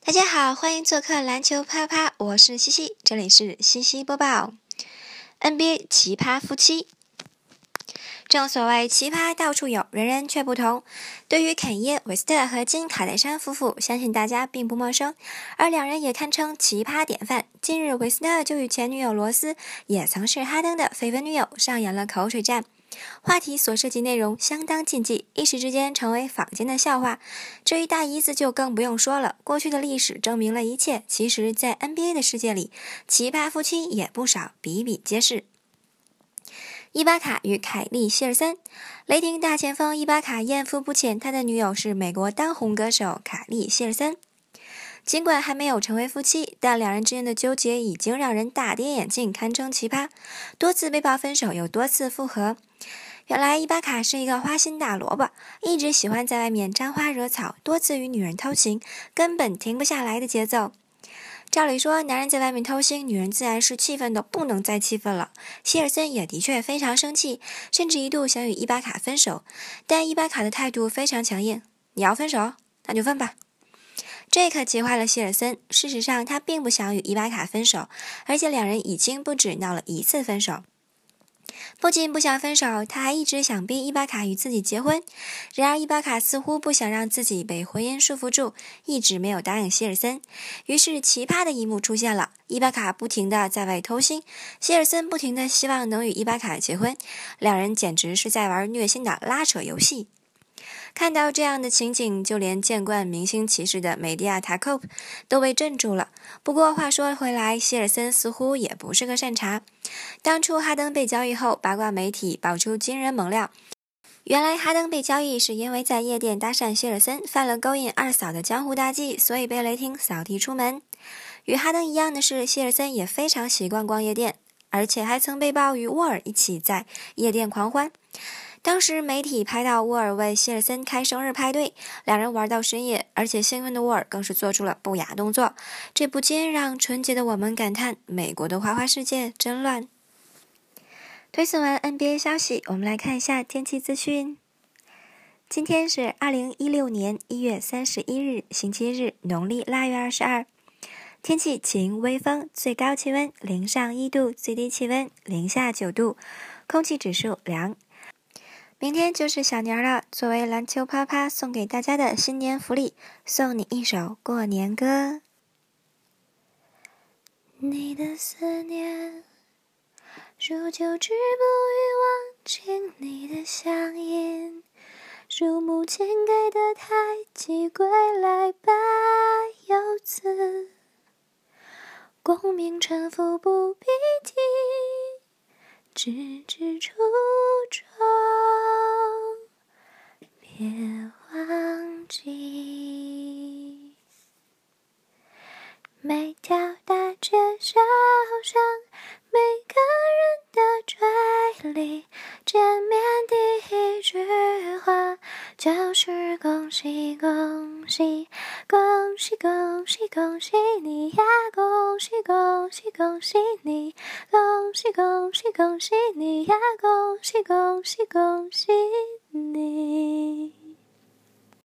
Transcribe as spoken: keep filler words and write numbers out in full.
大家好，欢迎做客篮球啪啪，我是西西，这里是西西播报。N B A 奇葩夫妻，正所谓奇葩到处有，人人却不同。对于肯耶·韦斯特和金·卡戴珊夫妇，相信大家并不陌生，而两人也堪称奇葩典范。近日，韦斯特就与前女友罗斯，也曾是哈登的绯闻女友，上演了口水战。话题所涉及内容相当禁忌，一时之间成为坊间的笑话。至于大姨子就更不用说了，过去的历史证明了一切。其实在 N B A 的世界里，奇葩夫妻也不少，比比皆是。伊巴卡与凯莉·希尔森，雷霆大前锋伊巴卡艳福不浅，他的女友是美国当红歌手凯莉·希尔森。尽管还没有成为夫妻，但两人之间的纠结已经让人大跌眼镜，堪称奇葩。多次被曝分手，又多次复合。原来伊巴卡是一个花心大萝卜，一直喜欢在外面沾花惹草，多次与女人偷情，根本停不下来的节奏。照理说，男人在外面偷腥，女人自然是气愤的不能再气愤了。希尔森也的确非常生气，甚至一度想与伊巴卡分手，但伊巴卡的态度非常强硬，你要分手，那就分吧。这可急坏了希尔森。事实上，他并不想与伊巴卡分手，而且两人已经不止闹了一次分手。不仅不想分手，他还一直想逼伊巴卡与自己结婚。然而伊巴卡似乎不想让自己被婚姻束缚住，一直没有答应希尔森。于是奇葩的一幕出现了，伊巴卡不停地在外偷腥，希尔森不停地希望能与伊巴卡结婚，两人简直是在玩虐心的拉扯游戏。看到这样的情景，就连见惯明星骑士的梅迪亚塔科普都被镇住了。不过话说回来，希尔森似乎也不是个善茬。当初哈登被交易后，八卦媒体爆出惊人猛料，原来哈登被交易是因为在夜店搭讪希尔森，犯了勾引二嫂的江湖大忌，所以被雷霆扫地出门。与哈登一样的是，希尔森也非常习惯逛夜店，而且还曾被曝与沃尔一起在夜店狂欢。当时媒体拍到沃尔为希尔森开生日派对，两人玩到深夜，而且兴奋的沃尔更是做出了不雅动作，这不禁让纯洁的我们感叹，美国的花花世界真乱。推送完 N B A 消息，我们来看一下天气资讯。今天是二零一六年一月三十一日，星期日，农历腊月二十二。天气晴微风，最高气温零上一度，最低气温零下九度，空气指数良。明天就是小年了，作为篮球啪啪送给大家的新年福利，送你一首过年歌。你的思念如久治不愈，忘情你的乡音，如母亲给的胎记，归来百有词，功名臣服不必提，只知初衷别忘记。每条大街小巷，每个人的嘴里，见面第一句话就是恭喜恭喜，恭喜恭喜恭喜你呀，恭喜恭喜恭喜你，恭喜恭喜恭喜你呀，恭喜恭喜恭喜你。